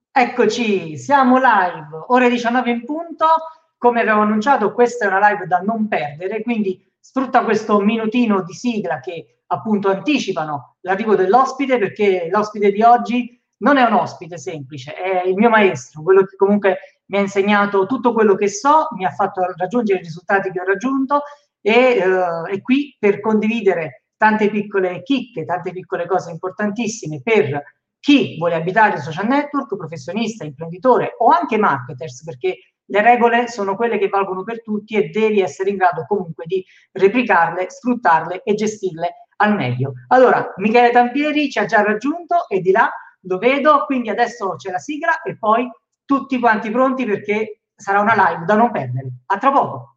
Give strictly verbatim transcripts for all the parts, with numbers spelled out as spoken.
Eccoci, siamo live, ore diciannove in punto. Come avevo annunciato, questa è una live da non perdere, quindi sfrutta questo minutino di sigla che appunto anticipano l'arrivo dell'ospite, perché l'ospite di oggi non è un ospite semplice, è il mio maestro, quello che comunque mi ha insegnato tutto quello che so, mi ha fatto raggiungere i risultati che ho raggiunto e eh, è qui per condividere tante piccole chicche, tante piccole cose importantissime per chi vuole abitare i social network, professionista, imprenditore o anche marketers, perché le regole sono quelle che valgono per tutti e devi essere in grado comunque di replicarle, sfruttarle e gestirle al meglio. Allora, Michele Tampieri ci ha già raggiunto e di là lo vedo, quindi adesso c'è la sigla e poi tutti quanti pronti perché sarà una live da non perdere. A tra poco.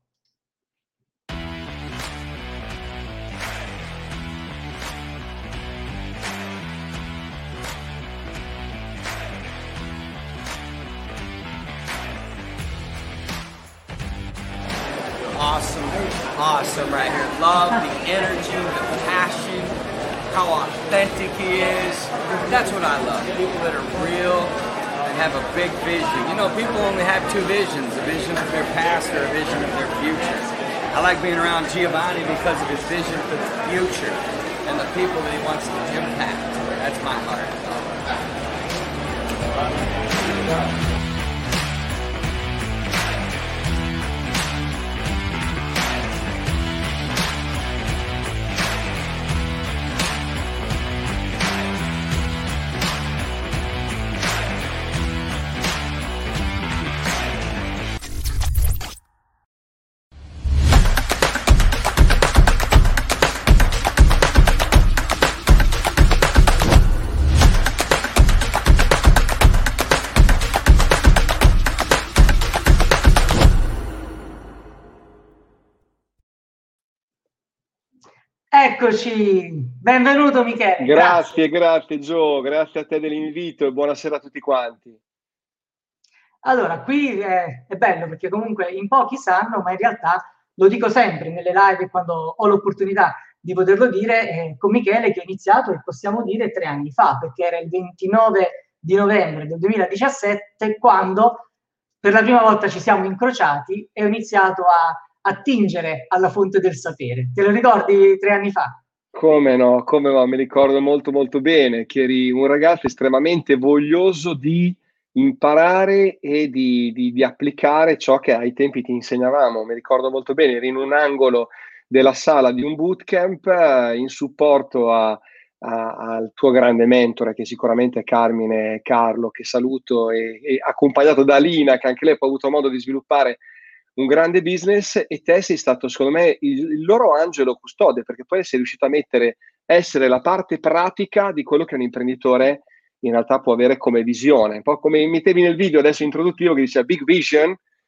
Awesome, awesome right here. Love the energy, the passion, how authentic he is. That's what I love. People that are real and have a big vision. You know, people only have two visions, a vision of their past or a vision of their future. I like being around Giovanni because of his vision for the future and the people that he wants to impact. That's my heart. Eccoci, benvenuto Michele. Grazie, grazie, grazie Gio, grazie a te dell'invito e buonasera a tutti quanti. Allora, qui è, è bello perché comunque in pochi sanno, ma in realtà lo dico sempre nelle live quando ho l'opportunità di poterlo dire, eh, con Michele che ho iniziato, e possiamo dire tre anni fa, perché era il ventinove di novembre del duemiladiciassette quando per la prima volta ci siamo incrociati e ho iniziato a attingere alla fonte del sapere. Te lo ricordi tre anni fa? Come no, come no, mi ricordo molto molto bene che eri un ragazzo estremamente voglioso di imparare e di, di, di applicare ciò che ai tempi ti insegnavamo. Mi ricordo molto bene, eri in un angolo della sala di un bootcamp eh, in supporto a, a, al tuo grande mentore, che sicuramente è Carmine Carlo, che saluto, e, e accompagnato da Lina, che anche lei ha avuto modo di sviluppare un grande business, e te sei stato, secondo me, il, il loro angelo custode, perché poi sei riuscito a mettere, essere la parte pratica di quello che un imprenditore in realtà può avere come visione. Un po' come mettevi nel video adesso introduttivo che diceva Big Vision,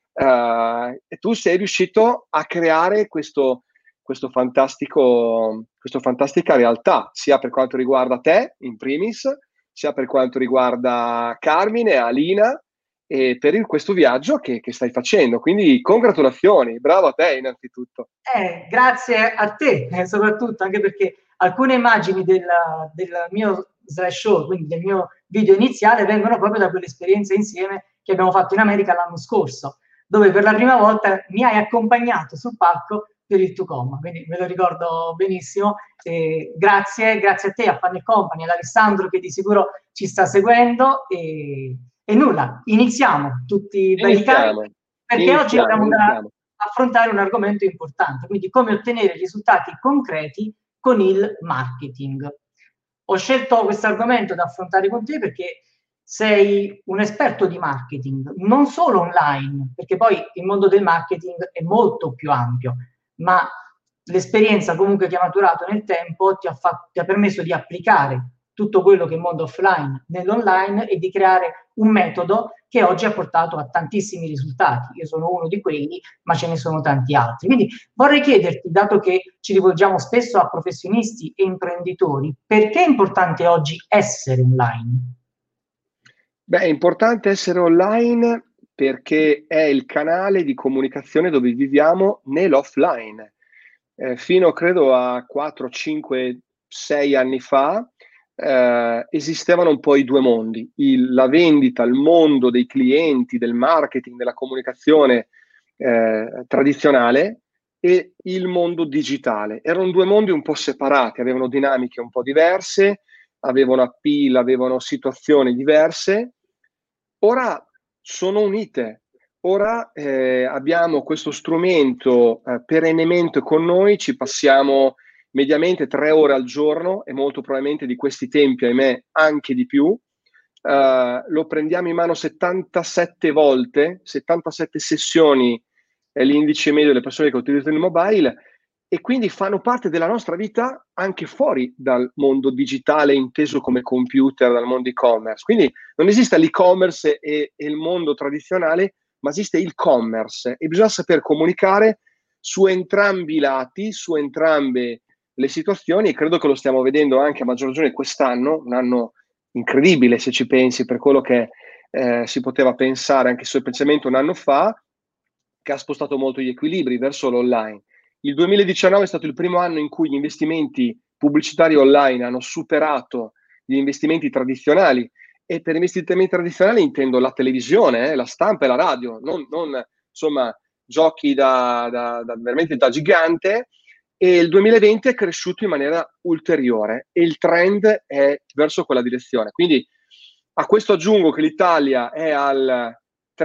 uh, e tu sei riuscito a creare questo, questo fantastico, questa fantastica realtà, sia per quanto riguarda te, in primis, sia per quanto riguarda Carmine, Alina, e per il, questo viaggio che, che stai facendo. Quindi congratulazioni, bravo a te innanzitutto. Eh, grazie a te, eh, soprattutto anche perché alcune immagini del, del mio slideshow, quindi del mio video iniziale, vengono proprio da quell'esperienza insieme che abbiamo fatto in America l'anno scorso, dove per la prima volta mi hai accompagnato sul palco per il Tucumma, quindi me lo ricordo benissimo. Eh, grazie, grazie a te, a Fan Company, ad Alessandro che di sicuro ci sta seguendo e, e nulla, iniziamo tutti belli carichi, perché iniziamo, oggi abbiamo da iniziamo. affrontare un argomento importante, quindi come ottenere risultati concreti con il marketing. Ho scelto questo argomento da affrontare con te perché sei un esperto di marketing, non solo online, perché poi il mondo del marketing è molto più ampio, ma l'esperienza comunque che hai maturato nel tempo ti ha, fatto, ti ha permesso di applicare tutto quello che è il mondo offline nell'online e di creare un metodo che oggi ha portato a tantissimi risultati. Io sono uno di quelli, ma ce ne sono tanti altri. Quindi vorrei chiederti, dato che ci rivolgiamo spesso a professionisti e imprenditori, perché è importante oggi essere online? Beh, è importante essere online perché è il canale di comunicazione dove viviamo nell'offline. Eh, fino credo a quattro, cinque, sei anni fa eh, esistevano un po' i due mondi, il, la vendita, il mondo dei clienti, del marketing, della comunicazione eh, tradizionale e il mondo digitale. Erano due mondi un po' separati, avevano dinamiche un po' diverse, avevano appeal, avevano situazioni diverse. Ora sono unite. Ora eh, abbiamo questo strumento eh, perennemente con noi, ci passiamo mediamente tre ore al giorno e molto probabilmente di questi tempi, ahimè, anche di più. Uh, lo prendiamo in mano settantasette volte, settantasette sessioni è l'indice medio delle persone che utilizzano il mobile e quindi fanno parte della nostra vita anche fuori dal mondo digitale inteso come computer, dal mondo e-commerce. Quindi non esiste l'e-commerce e, e il mondo tradizionale, ma esiste il commerce e bisogna saper comunicare su entrambi i lati, su entrambe le situazioni e credo che lo stiamo vedendo anche a maggior ragione quest'anno, un anno incredibile se ci pensi per quello che eh, si poteva pensare anche semplicemente un anno fa, che ha spostato molto gli equilibri verso l'online. Il duemiladiciannove è stato il primo anno in cui gli investimenti pubblicitari online hanno superato gli investimenti tradizionali e per investimenti tradizionali intendo la televisione, eh, la stampa e la radio, non, non insomma giochi da, da, da veramente da gigante. E il duemilaventi è cresciuto in maniera ulteriore e il trend è verso quella direzione. Quindi a questo aggiungo che l'Italia è al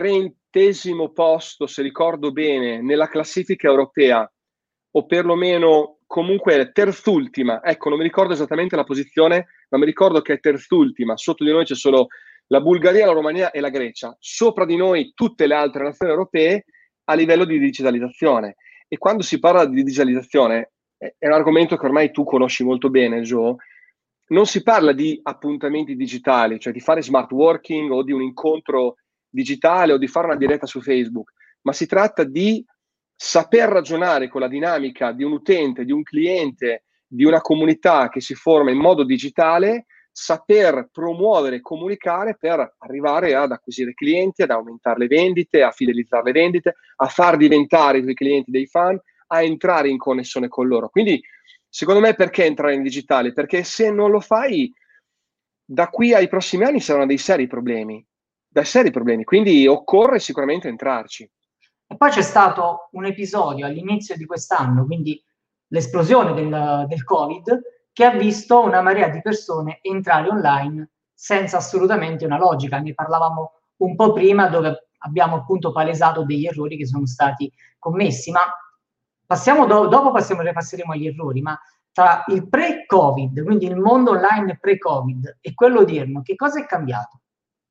trentesimo posto, se ricordo bene, nella classifica europea, o perlomeno comunque è terzultima. Ecco, non mi ricordo esattamente la posizione, ma mi ricordo che è terzultima. Sotto di noi c'è solo la Bulgaria, la Romania e la Grecia. Sopra di noi tutte le altre nazioni europee a livello di digitalizzazione. E quando si parla di digitalizzazione, è un argomento che ormai tu conosci molto bene, Joe, non si parla di appuntamenti digitali, cioè di fare smart working o di un incontro digitale o di fare una diretta su Facebook, ma si tratta di saper ragionare con la dinamica di un utente, di un cliente, di una comunità che si forma in modo digitale, saper promuovere e comunicare per arrivare ad acquisire clienti, ad aumentare le vendite, a fidelizzare le vendite, a far diventare i tuoi clienti dei fan, a entrare in connessione con loro. Quindi, secondo me, perché entrare in digitale? Perché se non lo fai, da qui ai prossimi anni saranno dei seri problemi, dei seri problemi. Quindi occorre sicuramente entrarci. E poi c'è stato un episodio all'inizio di quest'anno, quindi l'esplosione del, del Covid, che ha visto una marea di persone entrare online senza assolutamente una logica. Ne parlavamo un po' prima, dove abbiamo appunto palesato degli errori che sono stati commessi, ma passiamo do- dopo passiamo, passeremo agli errori, ma tra il pre-Covid, quindi il mondo online pre-Covid e quello odierno, che cosa è cambiato?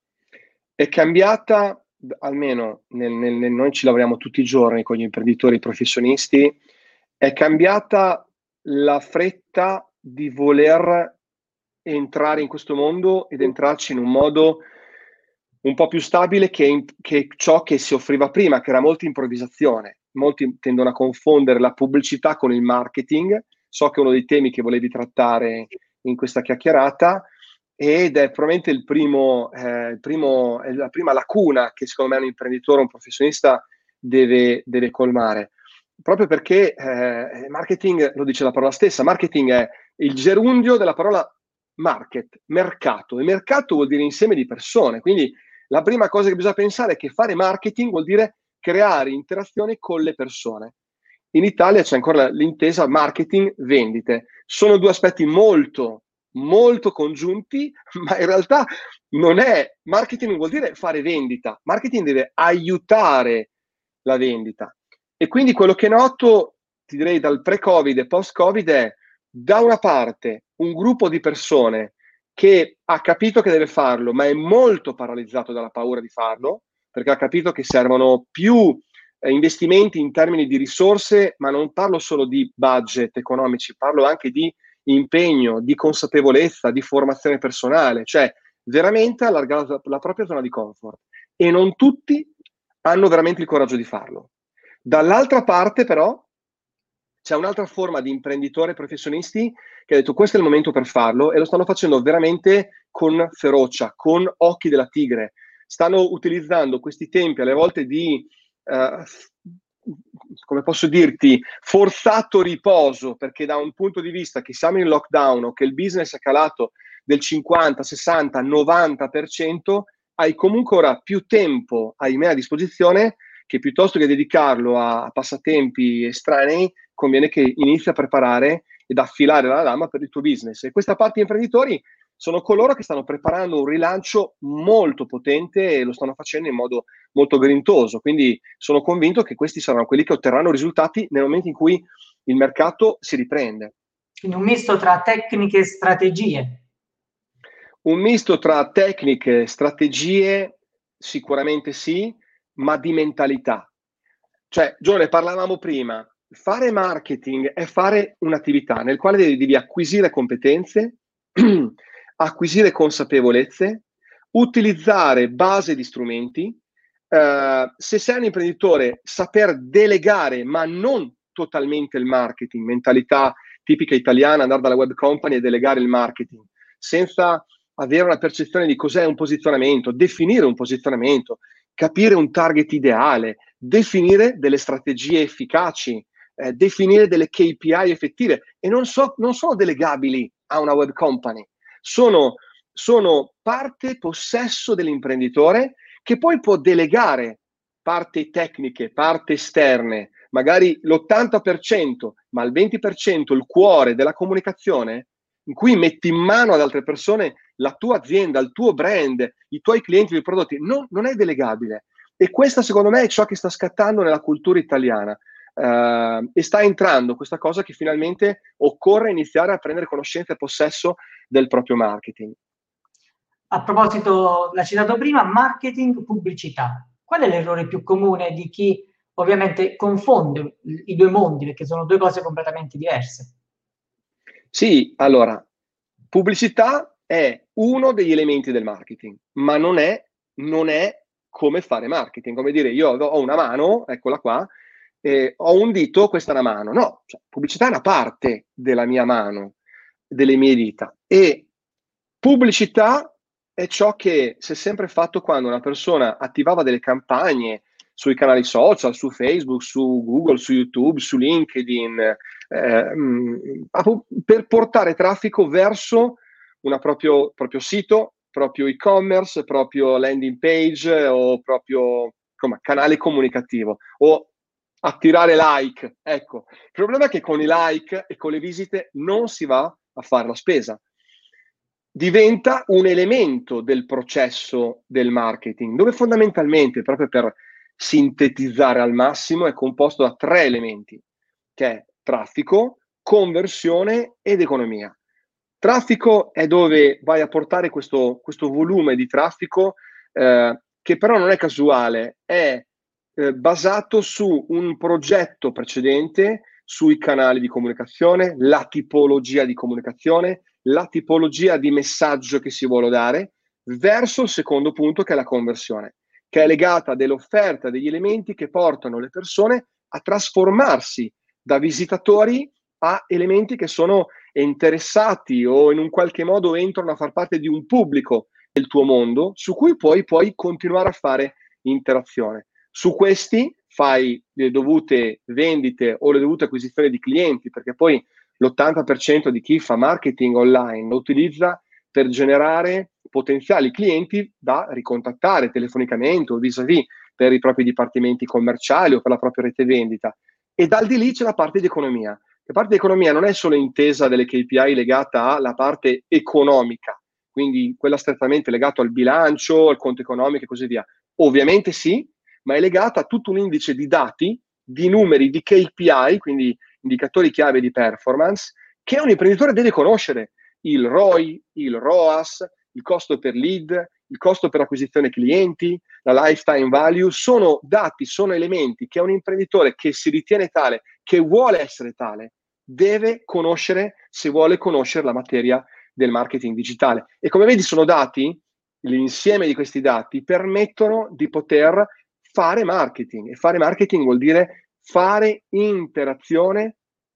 È cambiata, almeno nel, nel, nel, noi ci lavoriamo tutti i giorni con gli imprenditori professionisti, è cambiata la fretta di voler entrare in questo mondo ed entrarci in un modo un po' più stabile che, che ciò che si offriva prima, che era molta improvvisazione. Molti tendono a confondere la pubblicità con il marketing. So che è uno dei temi che volevi trattare in questa chiacchierata ed è probabilmente il primo, eh, il primo, è la prima lacuna che secondo me un imprenditore, un professionista deve, deve colmare. Proprio perché eh, marketing, lo dice la parola stessa, marketing è il gerundio della parola market, mercato, e mercato vuol dire insieme di persone, quindi la prima cosa che bisogna pensare è che fare marketing vuol dire creare interazione con le persone. In Italia c'è ancora l'intesa marketing-vendite. Sono due aspetti molto, molto congiunti, ma in realtà non è. Marketing vuol dire fare vendita. Marketing deve aiutare la vendita. E quindi quello che noto, ti direi dal pre-Covid e post-Covid è, da una parte, un gruppo di persone che ha capito che deve farlo, ma è molto paralizzato dalla paura di farlo, perché ha capito che servono più eh, investimenti in termini di risorse, ma non parlo solo di budget economici, parlo anche di impegno, di consapevolezza, di formazione personale, cioè veramente allargare la, la propria zona di comfort. E non tutti hanno veramente il coraggio di farlo. Dall'altra parte, però, c'è un'altra forma di imprenditore professionisti che ha detto questo è il momento per farlo e lo stanno facendo veramente con ferocia, con occhi della tigre. Stanno utilizzando questi tempi alle volte di, eh, come posso dirti, forzato riposo, perché da un punto di vista che siamo in lockdown o che il business è calato del cinquanta, sessanta, novanta per cento, hai comunque ora più tempo, ahimè, a disposizione, che piuttosto che dedicarlo a passatempi estranei, conviene che inizi a preparare ed affilare la lama per il tuo business. E questa parte di imprenditori sono coloro che stanno preparando un rilancio molto potente e lo stanno facendo in modo molto grintoso. Quindi sono convinto che questi saranno quelli che otterranno risultati nel momento in cui il mercato si riprende. Quindi un misto tra tecniche e strategie. Un misto tra tecniche, strategie, sicuramente sì, ma di mentalità. Cioè, Gione, parlavamo prima, fare marketing è fare un'attività nel quale devi, devi acquisire competenze, acquisire consapevolezze, utilizzare base di strumenti. Uh, se sei un imprenditore, saper delegare, ma non totalmente il marketing, mentalità tipica italiana, andare dalla web company e delegare il marketing, senza avere una percezione di cos'è un posizionamento, definire un posizionamento, capire un target ideale, definire delle strategie efficaci, eh, definire delle K P I effettive, e non, so, non sono delegabili a una web company, sono, sono parte, possesso dell'imprenditore, che poi può delegare parti tecniche, parti esterne, magari l'ottanta per cento, ma il venti per cento il cuore della comunicazione, in cui metti in mano ad altre persone la tua azienda, il tuo brand, i tuoi clienti, i prodotti, non, non è delegabile. E questa, secondo me, è ciò che sta scattando nella cultura italiana. Uh, e sta entrando questa cosa che finalmente occorre iniziare a prendere conoscenza e possesso del proprio marketing. A proposito, l'ha citato prima, marketing, pubblicità. Qual è l'errore più comune di chi ovviamente confonde i due mondi, perché sono due cose completamente diverse? Sì, allora, pubblicità è uno degli elementi del marketing, ma non è, non è come fare marketing. Come dire, io ho una mano, eccola qua, eh, ho un dito, questa è una mano. No, cioè, pubblicità è una parte della mia mano, delle mie dita. E pubblicità è ciò che si è sempre fatto quando una persona attivava delle campagne sui canali social, su Facebook, su Google, su YouTube, su LinkedIn, eh, per portare traffico verso un proprio, proprio sito, proprio e-commerce, proprio landing page o proprio come, canale comunicativo o attirare like. Ecco, il problema è che con i like e con le visite non si va a fare la spesa. Diventa un elemento del processo del marketing, dove fondamentalmente, proprio per sintetizzare al massimo, è composto da tre elementi, che è traffico, conversione ed economia. Traffico è dove vai a portare questo, questo volume di traffico, eh, che però non è casuale, è eh, basato su un progetto precedente, sui canali di comunicazione, la tipologia di comunicazione, la tipologia di messaggio che si vuole dare, verso il secondo punto, che è la conversione, che è legata dell'offerta, degli elementi che portano le persone a trasformarsi da visitatori a elementi che sono interessati o in un qualche modo entrano a far parte di un pubblico del tuo mondo, su cui poi puoi continuare a fare interazione. Su questi fai le dovute vendite o le dovute acquisizioni di clienti, perché poi l'ottanta per cento di chi fa marketing online lo utilizza per generare potenziali clienti da ricontattare telefonicamente o vis-à-vis per i propri dipartimenti commerciali o per la propria rete vendita. E dal di lì c'è la parte di economia. La parte di economia non è solo intesa delle K P I legata alla parte economica, quindi quella strettamente legata al bilancio, al conto economico e così via. Ovviamente sì, ma è legata a tutto un indice di dati, di numeri, di K P I, quindi indicatori chiave di performance, che un imprenditore deve conoscere. Il R O I, il R O A S, il costo per lead, il costo per acquisizione clienti, la lifetime value, sono dati, sono elementi che un imprenditore che si ritiene tale, che vuole essere tale, deve conoscere se vuole conoscere la materia del marketing digitale. E come vedi sono dati, l'insieme di questi dati permettono di poter fare marketing, e fare marketing vuol dire fare interazione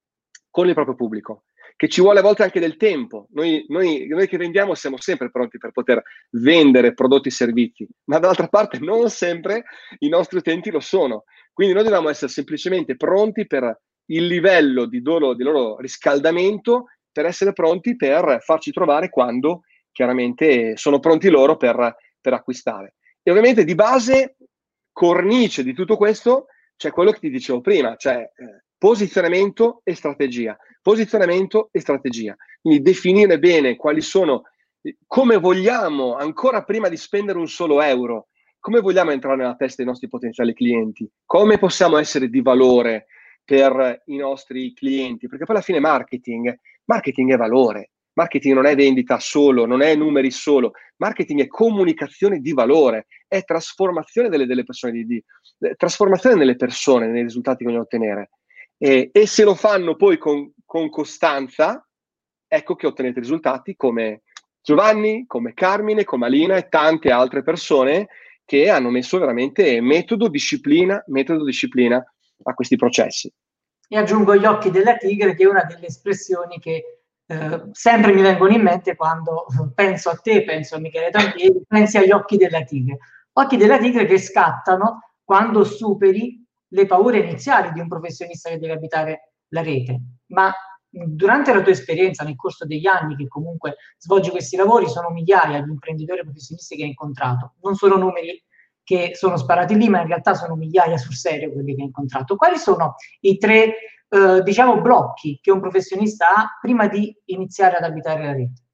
con il proprio pubblico, che ci vuole a volte anche del tempo. Noi, noi, noi che vendiamo siamo sempre pronti per poter vendere prodotti e servizi, ma dall'altra parte non sempre i nostri utenti lo sono. Quindi noi dobbiamo essere semplicemente pronti per il livello di loro, di loro riscaldamento, per essere pronti per farci trovare quando chiaramente sono pronti loro per, per acquistare. E ovviamente di base, cornice di tutto questo, c'è quello che ti dicevo prima, cioè eh, posizionamento e strategia. Posizionamento e strategia. Quindi definire bene quali sono, come vogliamo, ancora prima di spendere un solo euro, come vogliamo entrare nella testa dei nostri potenziali clienti, come possiamo essere di valore per i nostri clienti, perché poi alla fine marketing, marketing è valore, marketing non è vendita solo, non è numeri solo, marketing è comunicazione di valore, è trasformazione delle, delle persone, di, di, trasformazione nelle persone, nei risultati che vogliono ottenere. E, e se lo fanno poi con, con costanza, ecco che ottenete risultati come Giovanni, come Carmine, come Alina e tante altre persone che hanno messo veramente metodo, disciplina, metodo, disciplina a questi processi. E aggiungo gli occhi della tigre, che è una delle espressioni che eh, sempre mi vengono in mente quando penso a te, penso a Michele Tampieri, pensi agli occhi della tigre. Occhi della tigre che scattano quando superi le paure iniziali di un professionista che deve abitare la rete. Ma durante la tua esperienza, nel corso degli anni che comunque svolgi questi lavori, sono migliaia di imprenditori professionisti che hai incontrato. Non sono numeri che sono sparati lì, ma in realtà sono migliaia sul serio quelli che hai incontrato. Quali sono i tre, eh, diciamo, blocchi che un professionista ha prima di iniziare ad abitare la rete?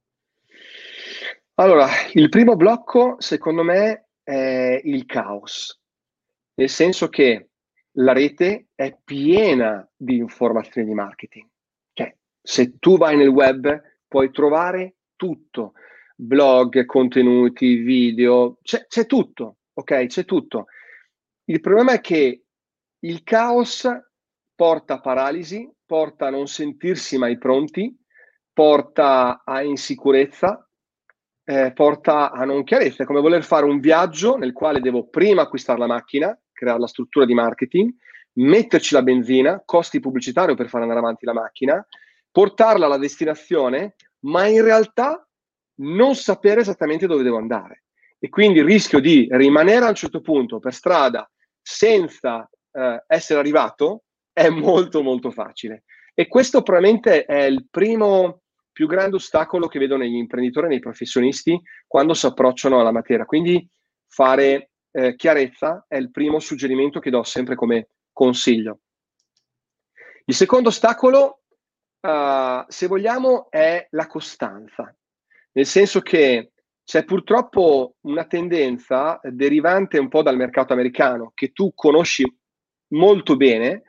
Allora, il primo blocco, secondo me, è il caos, nel senso che la rete è piena di informazioni di marketing. Cioè, se tu vai nel web puoi trovare tutto, blog, contenuti, video, c'è, c'è tutto, ok? C'è tutto. Il problema è che il caos porta a paralisi, porta a non sentirsi mai pronti, porta a insicurezza, eh, porta a non chiarezza. È come voler fare un viaggio nel quale devo prima acquistare la macchina, creare la struttura di marketing, metterci la benzina, costi pubblicitari per far andare avanti la macchina, portarla alla destinazione, ma in realtà non sapere esattamente dove devo andare. E quindi il rischio di rimanere a un certo punto per strada senza eh, essere arrivato è molto molto facile. E questo probabilmente è il primo più grande ostacolo che vedo negli imprenditori e nei professionisti quando si approcciano alla materia. Quindi fare eh, chiarezza è il primo suggerimento che do sempre come consiglio. Il secondo ostacolo, uh, se vogliamo, è la costanza, nel senso che c'è purtroppo una tendenza derivante un po' dal mercato americano, che tu conosci molto bene,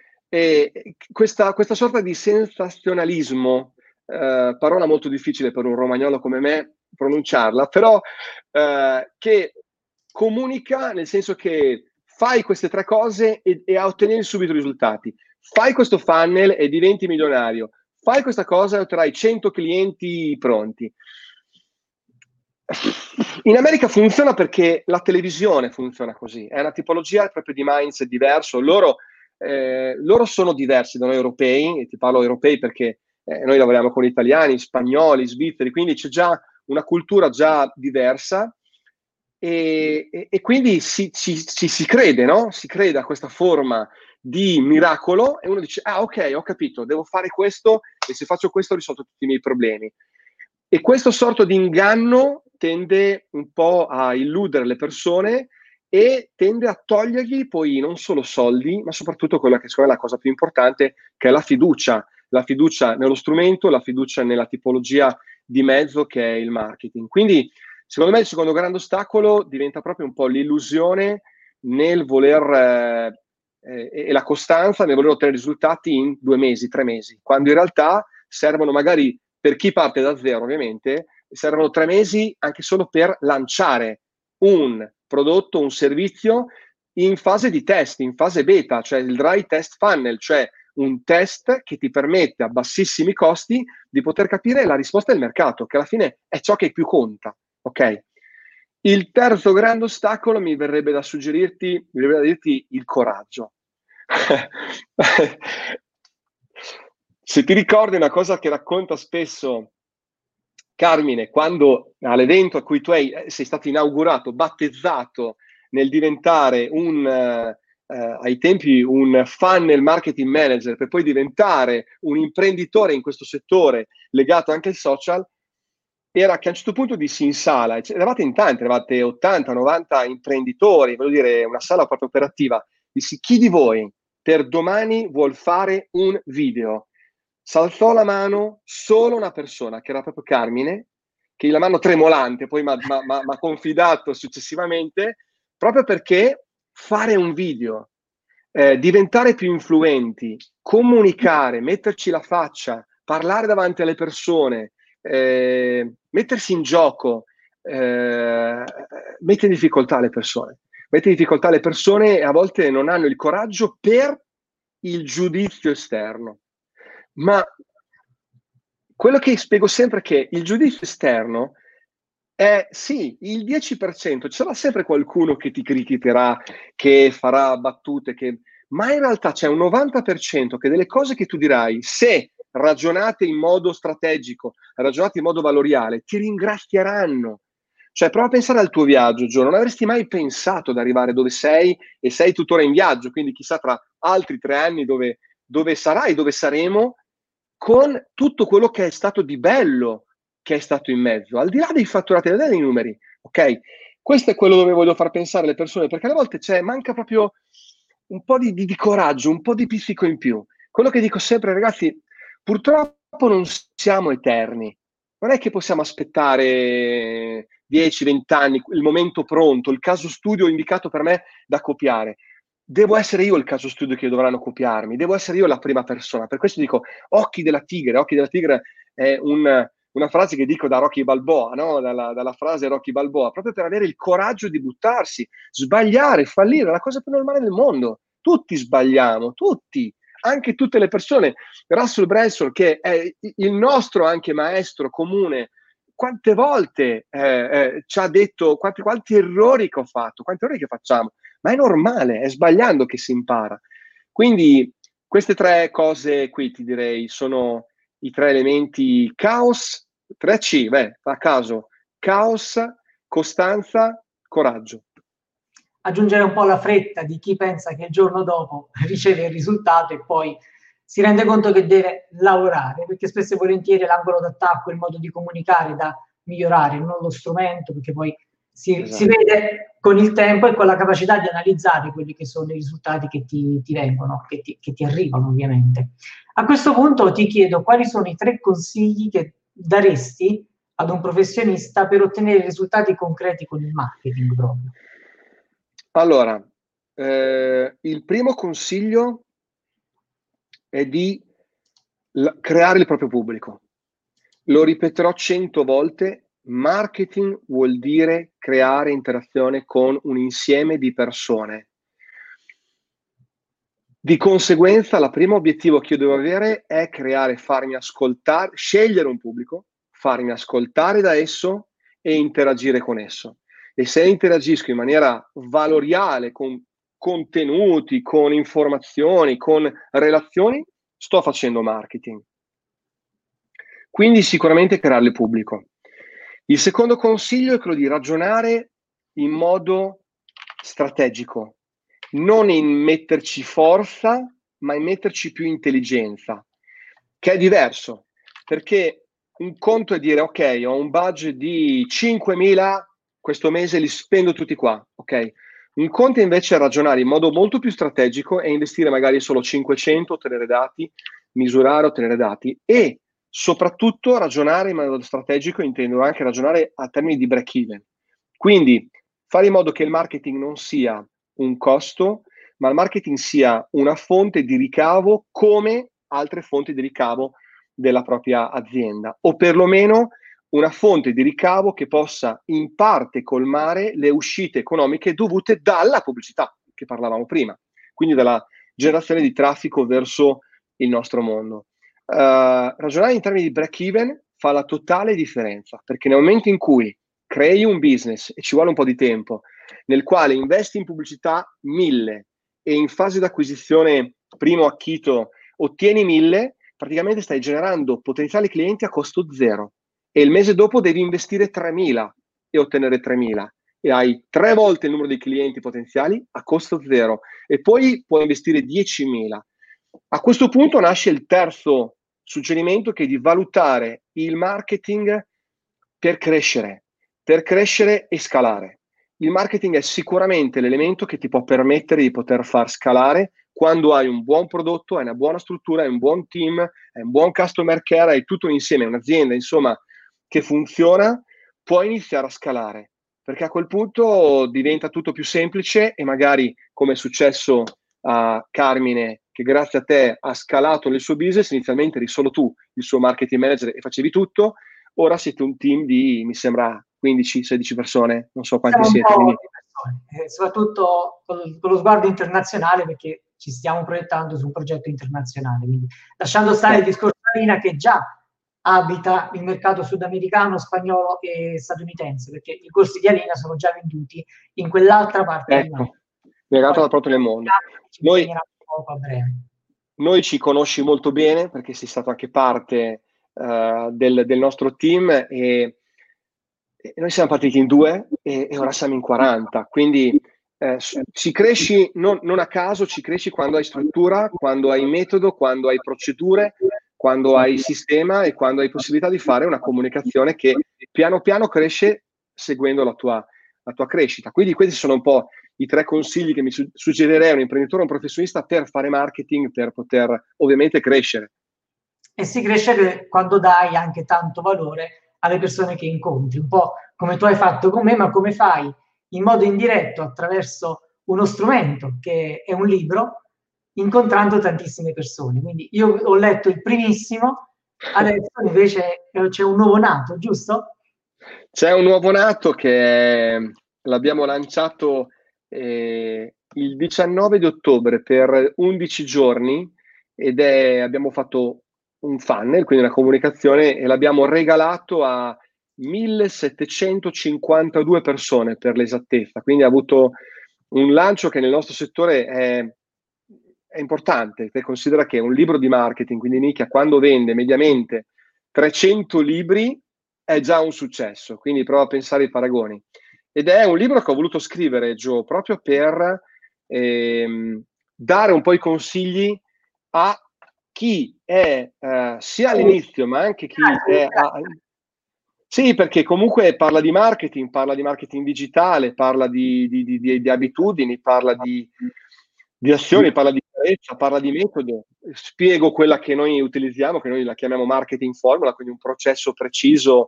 e questa, questa sorta di sensazionalismo, eh, parola molto difficile per un romagnolo come me pronunciarla, però eh, che comunica nel senso che fai queste tre cose e, e ottieni subito risultati. Fai questo funnel e diventi milionario. Fai questa cosa e otterrai cento clienti pronti. In America funziona perché la televisione funziona così, è una tipologia proprio di mindset diverso. Loro, eh, loro sono diversi da noi europei, e ti parlo europei perché eh, noi lavoriamo con italiani, spagnoli, svizzeri, quindi c'è già una cultura già diversa e, e, e quindi si, ci, ci si crede, no? Si crede a questa forma di miracolo e uno dice, ah ok, ho capito, devo fare questo e se faccio questo ho risolto tutti i miei problemi. E questo sorto di inganno tende un po' a illudere le persone e tende a togliergli poi non solo soldi, ma soprattutto quella che secondo me è la cosa più importante, che è la fiducia, la fiducia nello strumento, la fiducia nella tipologia di mezzo che è il marketing. Quindi, secondo me, il secondo grande ostacolo diventa proprio un po' l'illusione nel voler eh, e la costanza nel voler ottenere risultati in due mesi, tre mesi, quando in realtà servono magari, per chi parte da zero ovviamente, servono tre mesi anche solo per lanciare un prodotto, un servizio in fase di test, in fase beta, cioè il dry test funnel, cioè un test che ti permette a bassissimi costi di poter capire la risposta del mercato, che alla fine è ciò che più conta, ok? Il terzo grande ostacolo mi verrebbe da suggerirti, mi verrebbe da dirti il coraggio. Se ti ricordi una cosa che racconta spesso Carmine, quando all'evento a cui tu hai, sei stato inaugurato, battezzato nel diventare un, eh, ai tempi un funnel marketing manager per poi diventare un imprenditore in questo settore legato anche ai social, era che a un certo punto dissi in sala, eravate in tanti, eravate ottanta novanta imprenditori, voglio dire, una sala proprio operativa, dissi chi di voi per domani vuol fare un video? S'alzò la mano solo una persona, che era proprio Carmine, che la mano tremolante, poi mi ha confidato successivamente, proprio perché fare un video, eh, diventare più influenti, comunicare, metterci la faccia, parlare davanti alle persone, eh, mettersi in gioco, eh, mette in difficoltà le persone. Mette in difficoltà le persone e a volte non hanno il coraggio per il giudizio esterno. Ma quello che spiego sempre è che il giudizio esterno è sì, il dieci per cento, ci sarà sempre qualcuno che ti criticherà, che farà battute, che... ma in realtà c'è un novanta per cento che delle cose che tu dirai, se ragionate in modo strategico, ragionate in modo valoriale, ti ringrazieranno. Cioè, prova a pensare al tuo viaggio, Gio, non avresti mai pensato di arrivare dove sei e sei tuttora in viaggio, quindi chissà tra altri tre anni dove, dove sarai, dove saremo, con tutto quello che è stato di bello che è stato in mezzo, al di là dei fatturati, al di là dei numeri, ok? Questo è quello dove voglio far pensare le persone, perché alle volte c'è, manca proprio un po' di, di, di coraggio, un po' di pizzico in più. Quello che dico sempre, ragazzi, purtroppo non siamo eterni, non è che possiamo aspettare dieci venti anni, il momento pronto, il caso studio indicato per me da copiare. Devo essere io il caso studio che dovranno copiarmi, devo essere io la prima persona. Per questo dico, occhi della tigre, occhi della tigre è un, una frase che dico da Rocky Balboa, no? dalla, dalla frase Rocky Balboa, proprio per avere il coraggio di buttarsi, sbagliare, fallire, è la cosa più normale del mondo. Tutti sbagliamo, tutti, anche tutte le persone. Russell Branson, che è il nostro anche maestro comune, quante volte eh, eh, ci ha detto quanti, quanti errori che ho fatto, quanti errori che facciamo, ma è normale, è sbagliando che si impara. Quindi queste tre cose qui, ti direi, sono i tre elementi: caos, tre C, beh, a caso, caos, costanza, coraggio. Aggiungere un po' la fretta di chi pensa che il giorno dopo riceve il risultato e poi si rende conto che deve lavorare, perché spesso e volentieri l'angolo d'attacco, il modo di comunicare da migliorare, non lo strumento, perché poi si, esatto. si vede con il tempo e con la capacità di analizzare quelli che sono i risultati che ti, ti vengono, che ti, che ti arrivano ovviamente. A questo punto ti chiedo quali sono i tre consigli che daresti ad un professionista per ottenere risultati concreti con il marketing proprio. Allora, eh, il primo consiglio è di la- creare il proprio pubblico. Lo ripeterò cento volte, marketing vuol dire creare interazione con un insieme di persone. Di conseguenza, il primo obiettivo che io devo avere è creare, farmi ascoltare, scegliere un pubblico, farmi ascoltare da esso e interagire con esso. E se interagisco in maniera valoriale, con contenuti, con informazioni, con relazioni, sto facendo marketing. Quindi sicuramente creare il pubblico. Il secondo consiglio è quello di ragionare in modo strategico, non in metterci forza, ma in metterci più intelligenza, che è diverso, perché un conto è dire ok, ho un budget di cinquemila, questo mese li spendo tutti qua, ok? Un conto invece è ragionare in modo molto più strategico e investire magari solo cinquecento, ottenere dati, misurare, ottenere dati e soprattutto ragionare in modo strategico, intendo anche ragionare a termini di break even. Quindi fare in modo che il marketing non sia un costo, ma il marketing sia una fonte di ricavo come altre fonti di ricavo della propria azienda, o perlomeno una fonte di ricavo che possa in parte colmare le uscite economiche dovute dalla pubblicità, che parlavamo prima, quindi dalla generazione di traffico verso il nostro mondo. Uh, ragionare in termini di break even fa la totale differenza, perché nel momento in cui crei un business e ci vuole un po' di tempo, nel quale investi in pubblicità mille e in fase di acquisizione primo acchito ottieni mille, praticamente stai generando potenziali clienti a costo zero e il mese dopo devi investire tremila e ottenere tremila e hai tre volte il numero di clienti potenziali a costo zero e poi puoi investire diecimila. A questo punto nasce il terzo suggerimento, che è di valutare il marketing per crescere, per crescere e scalare. Il marketing è sicuramente l'elemento che ti può permettere di poter far scalare quando hai un buon prodotto, hai una buona struttura, hai un buon team, hai un buon customer care, hai tutto insieme, un'azienda, insomma, che funziona, puoi iniziare a scalare, perché a quel punto diventa tutto più semplice e magari, come è successo a Carmine, che grazie a te ha scalato nel suo business, inizialmente eri solo tu, il suo marketing manager, e facevi tutto, ora siete un team di, mi sembra, quindici sedici persone, non so quanti Siamo un siete. po' Quindi... di persone, eh, soprattutto con, con lo sguardo internazionale, perché ci stiamo proiettando su un progetto internazionale. Quindi, lasciando stare il discorso di Alina, che già abita il mercato sudamericano, spagnolo e statunitense, perché i corsi di Alina sono già venduti in quell'altra parte del mondo. Ecco, mi ha dato proprio nel mondo. Ci Noi, poco a breve. Noi ci conosci molto bene perché sei stato anche parte uh, del, del nostro team e, e noi siamo partiti in due e, e ora siamo in quaranta, quindi eh, ci cresci non, non a caso, ci cresci quando hai struttura, quando hai metodo, quando hai procedure, quando hai sistema e quando hai possibilità di fare una comunicazione che piano piano cresce seguendo la tua, la tua crescita. Quindi questi sono un po' i tre consigli che mi su- suggerirei a un imprenditore, a un professionista per fare marketing, per poter ovviamente crescere. E si cresce quando dai anche tanto valore alle persone che incontri, un po' come tu hai fatto con me, ma come fai in modo indiretto attraverso uno strumento che è un libro, incontrando tantissime persone. Quindi io ho letto il primissimo, adesso invece c'è un nuovo nato, giusto? C'è un nuovo nato che è, l'abbiamo lanciato eh, il diciannove di ottobre per undici giorni ed è, abbiamo fatto un funnel, quindi una comunicazione, e l'abbiamo regalato a millesettecentocinquantadue persone per l'esattezza, quindi ha avuto un lancio che nel nostro settore è, è importante, perché considera che un libro di marketing, quindi nicchia, quando vende mediamente trecento libri è già un successo, quindi prova a pensare ai paragoni. Ed è un libro che ho voluto scrivere, Gio, proprio per ehm, dare un po' i consigli a chi è eh, sia all'inizio, ma anche chi è a... Sì, perché comunque parla di marketing, parla di marketing digitale, parla di, di, di, di, di abitudini, parla di, di azioni, parla di chiarezza, parla di metodo. Spiego quella che noi utilizziamo, che noi la chiamiamo marketing formula, quindi un processo preciso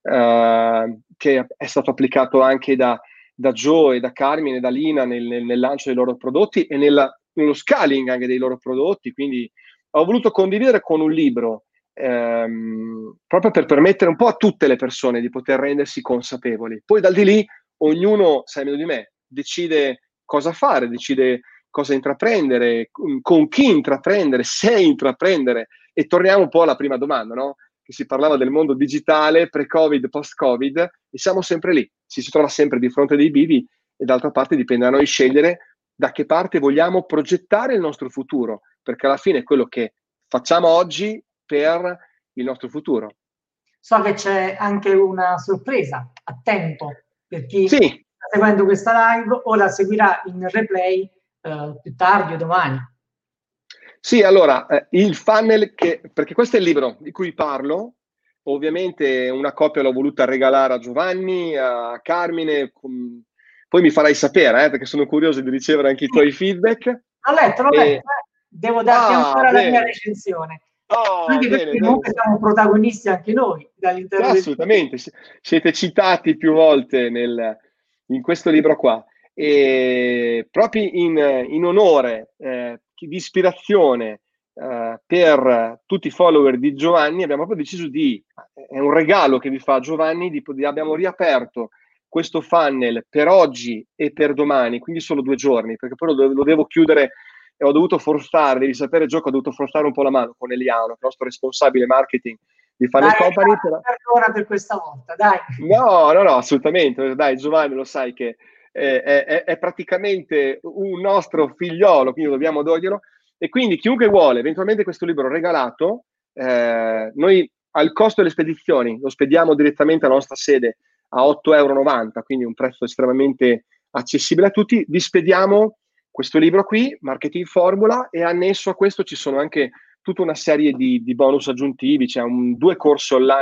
eh, che è stato applicato anche da, da Joe e da Carmine e da Lina nel, nel, nel lancio dei loro prodotti e nella, nello scaling anche dei loro prodotti. Quindi ho voluto condividere con un libro Ehm, proprio per permettere un po' a tutte le persone di poter rendersi consapevoli. Poi dal di lì ognuno, sai meglio di me, decide cosa fare, decide cosa intraprendere, con chi intraprendere, se intraprendere. E torniamo un po' alla prima domanda, no? Che si parlava del mondo digitale, pre-Covid, post-Covid, e siamo sempre lì. Ci si trova sempre di fronte dei bivi e d'altra parte dipende da noi scegliere da che parte vogliamo progettare il nostro futuro, perché alla fine è quello che facciamo oggi per il nostro futuro. So che c'è anche una sorpresa a tempo per chi sì. sta seguendo questa live o la seguirà in replay eh, più tardi o domani. Sì, allora, eh, il funnel, che, perché questo è il libro di cui parlo, ovviamente una copia l'ho voluta regalare a Giovanni, a Carmine, com... poi mi farai sapere, eh, perché sono curioso di ricevere anche i tuoi feedback. L'ho letto, l'ho e... letto, eh. Devo darti ah, ancora bene. La mia recensione. Oh, anche bene, perché comunque siamo protagonisti anche noi all'interno sì, assolutamente, del... siete citati più volte nel, in questo libro qua e proprio in, in onore eh, di ispirazione eh, per tutti i follower di Giovanni abbiamo proprio deciso di, è un regalo che vi fa Giovanni, di, di, abbiamo riaperto questo funnel per oggi e per domani, quindi solo due giorni, perché poi lo, lo devo chiudere e ho dovuto forzare, devi sapere Gio, ho dovuto forzare un po' la mano con Eliano, il nostro responsabile marketing di Funnel Company. Perdona per questa volta, dai. No, no, no, assolutamente. Dai, Giovanni, lo sai che è, è, è praticamente un nostro figliolo, quindi dobbiamo toglierlo. E quindi chiunque vuole eventualmente questo libro regalato, eh, noi al costo delle spedizioni lo spediamo direttamente alla nostra sede a otto e novanta euro, quindi un prezzo estremamente accessibile a tutti. Vi spediamo questo libro qui, Marketing Formula, e annesso a questo ci sono anche tutta una serie di, di bonus aggiuntivi, c'è un, due corsi online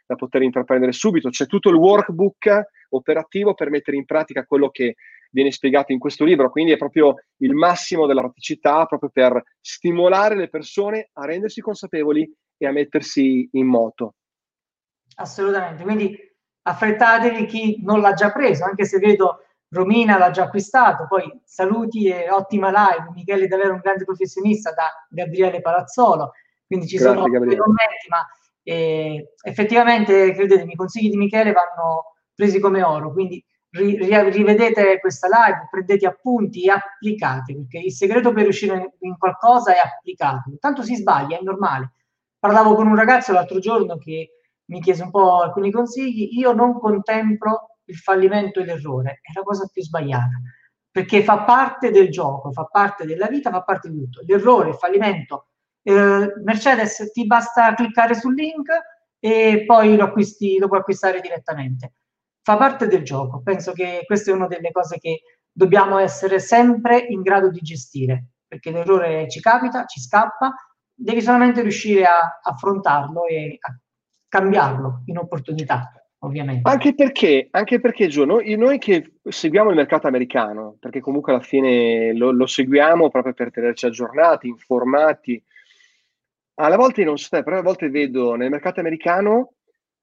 da poter intraprendere subito. C'è tutto il workbook operativo per mettere in pratica quello che viene spiegato in questo libro, quindi è proprio il massimo della praticità, proprio per stimolare le persone a rendersi consapevoli e a mettersi in moto. Assolutamente, quindi affrettatevi chi non l'ha già preso, anche se vedo Romina l'ha già acquistato. Poi saluti e ottima live. Michele è davvero un grande professionista, da Gabriele Palazzolo, quindi ci Grazie, sono dei Gabriele. commenti, ma eh, effettivamente credetemi, i consigli di Michele vanno presi come oro, quindi ri, ri, rivedete questa live, prendete appunti e applicate, perché il segreto per riuscire in, in qualcosa è applicarlo. Tanto si sbaglia, è normale. Parlavo con un ragazzo l'altro giorno che mi chiese un po' alcuni consigli. Io non contemplo il fallimento e l'errore, è la cosa più sbagliata, perché fa parte del gioco, fa parte della vita, fa parte di tutto. L'errore, il fallimento, eh, Mercedes, ti basta cliccare sul link e poi lo acquisti, lo puoi acquistare direttamente. Fa parte del gioco. Penso che questa è una delle cose che dobbiamo essere sempre in grado di gestire, perché l'errore ci capita, ci scappa, devi solamente riuscire a affrontarlo e a cambiarlo in opportunità, ovviamente. Anche perché, anche perché Gio, noi, noi che seguiamo il mercato americano, perché comunque alla fine lo, lo seguiamo proprio per tenerci aggiornati, informati, alla volte non so te, però a volte vedo nel mercato americano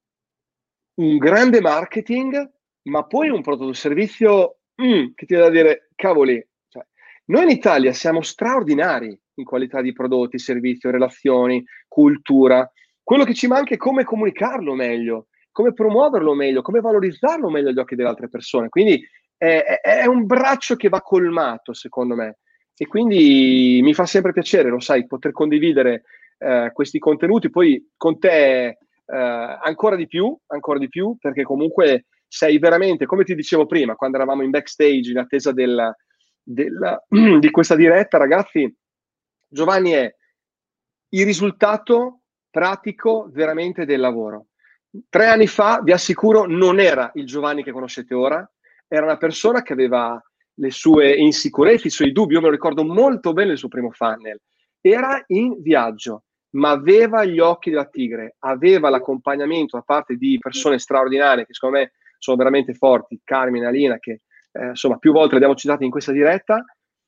un grande marketing, ma poi un prodotto servizio mm, che ti dà da dire, cavoli, cioè, noi in Italia siamo straordinari in qualità di prodotti, servizi, relazioni, cultura. Quello che ci manca è come comunicarlo meglio, come promuoverlo meglio, come valorizzarlo meglio agli occhi delle altre persone. Quindi è, è un braccio che va colmato, secondo me. E quindi mi fa sempre piacere, lo sai, poter condividere eh, questi contenuti. Poi con te eh, ancora di più, ancora di più, perché comunque sei veramente, come ti dicevo prima, quando eravamo in backstage in attesa della, della, di questa diretta, ragazzi, Giovanni è il risultato pratico veramente del lavoro. Tre anni fa, vi assicuro, non era il Giovanni che conoscete ora, era una persona che aveva le sue insicurezze, i suoi dubbi. Io me lo ricordo molto bene il suo primo funnel. Era in viaggio, ma aveva gli occhi della tigre, aveva l'accompagnamento da parte di persone straordinarie che secondo me sono veramente forti, Carmine, Alina, che eh, insomma più volte l'abbiamo citato in questa diretta,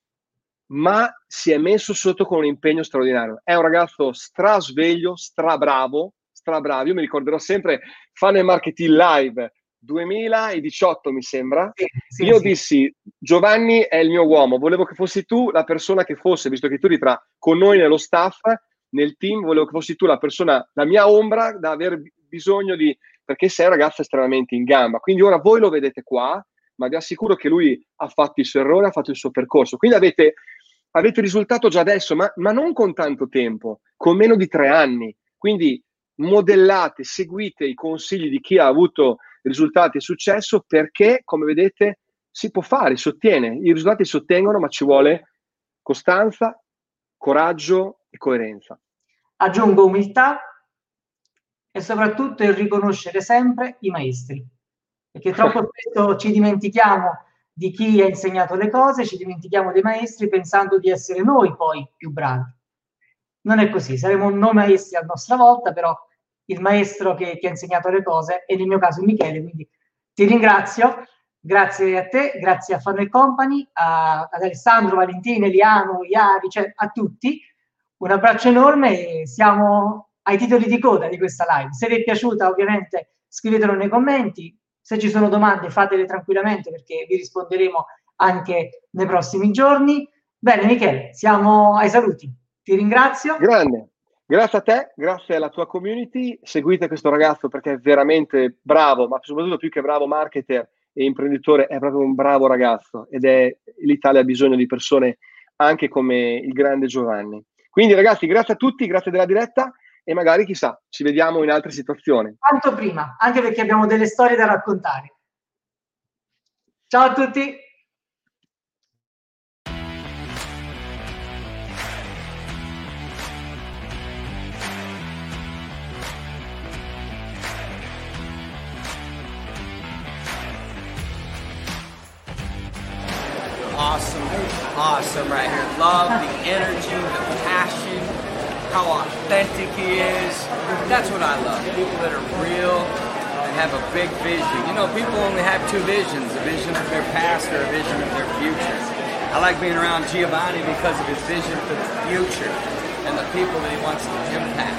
ma si è messo sotto con un impegno straordinario. È un ragazzo strasveglio, strabravo, strabravo. Io mi ricorderò sempre Funnel Marketing Live duemiladiciotto, mi sembra. Sì, sì, Io sì. dissi, Giovanni è il mio uomo, volevo che fossi tu la persona che fosse, visto che tu eri tra con noi nello staff, nel team, volevo che fossi tu la persona, la mia ombra, da aver bisogno di, perché sei un ragazzo estremamente in gamba. Quindi ora voi lo vedete qua, ma vi assicuro che lui ha fatto i suoi errori, ha fatto il suo percorso. Quindi avete avete risultato già adesso, ma, ma non con tanto tempo, con meno di tre anni. Quindi modellate, seguite i consigli di chi ha avuto risultati e successo, perché, come vedete, si può fare, si ottiene. I risultati si ottengono, ma ci vuole costanza, coraggio e coerenza. Aggiungo umiltà e soprattutto il riconoscere sempre i maestri, perché troppo spesso ci dimentichiamo di chi ha insegnato le cose, ci dimentichiamo dei maestri pensando di essere noi poi più bravi. Non è così, saremo noi maestri a nostra volta, però il maestro che ti ha insegnato le cose, e nel mio caso Michele, quindi ti ringrazio, grazie a te, grazie a Funnel Company, a, ad Alessandro, Valentina, Eliano, Iari, cioè a tutti, un abbraccio enorme e siamo ai titoli di coda di questa live. Se vi è piaciuta, ovviamente scrivetelo nei commenti. Se ci sono domande fatele tranquillamente, perché vi risponderemo anche nei prossimi giorni. Bene Michele, siamo ai saluti. Ti ringrazio. Grande, grazie a te, grazie alla tua community. Seguite questo ragazzo perché è veramente bravo, ma soprattutto più che bravo marketer e imprenditore, è proprio un bravo ragazzo, ed è l'Italia ha bisogno di persone anche come il grande Giovanni. Quindi ragazzi, grazie a tutti, grazie della diretta. E magari, chissà, ci vediamo in altre situazioni. Quanto prima, anche perché abbiamo delle storie da raccontare. Ciao a tutti! Awesome, awesome right here. Love the energy, the passion, how authentic he is. That's what I love. People that are real and have a big vision. You know, people only have two visions, a vision of their past or a vision of their future. I like being around Giovanni because of his vision for the future and the people that he wants to impact.